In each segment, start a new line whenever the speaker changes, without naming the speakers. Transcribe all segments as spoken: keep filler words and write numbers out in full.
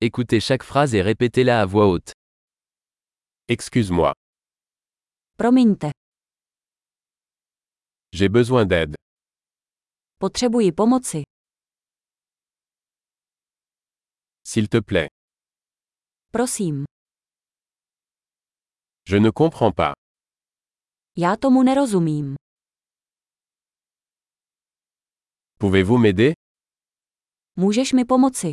Écoutez chaque phrase et répétez-la à voix haute.
Excuse-moi,
Promiňte,
j'ai besoin d'aide.
potřebuji pomoci.
S'il te plaît.
Prosím,
Je ne comprends pas.
já tomu nerozumím.
Pouvez-vous m'aider?
Můžeš mi pomoci?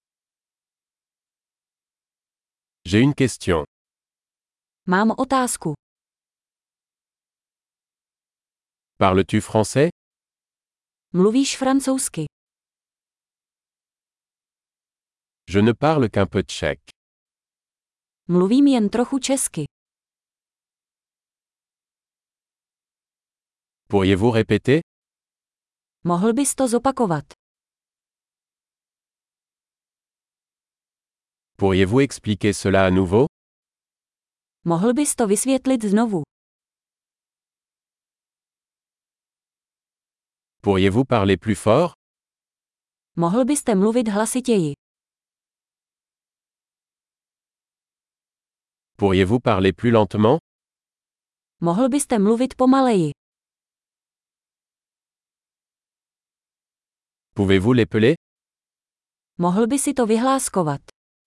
J'ai une question.
Mám otázku.
Parles-tu français?
Mluvíš francouzsky?
Je ne parle qu'un peu tchèque.
Mluvím jen trochu česky.
Pourriez-vous répéter?
Mohl bys to zopakovat?
Pourriez-vous expliquer cela à nouveau?
Mohl bys to vysvětlit znovu?
Pourriez-vous parler plus fort?
Mohl byste mluvit hlasitěji?
Pourriez-vous parler plus lentement?
Mohl byste mluvit pomaleji?
Pouvez-vous l'épeler?
Mohl by si to vyhláskovat?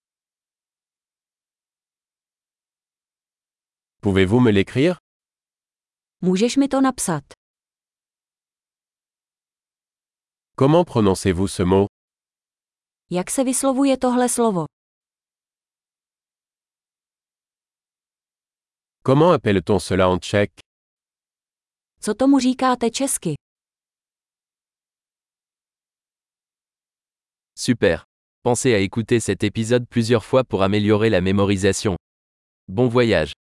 Pouvez-vous me l'écrire?
Můžeš mi to napsat?
Comment prononcez-vous ce mot?
Jak se vyslovuje tohle slovo?
Comment appelle-t-on cela en tchèque?
Co tomu říkáte česky?
Super. Pensez à écouter cet épisode plusieurs fois pour améliorer la mémorisation. Bon voyage.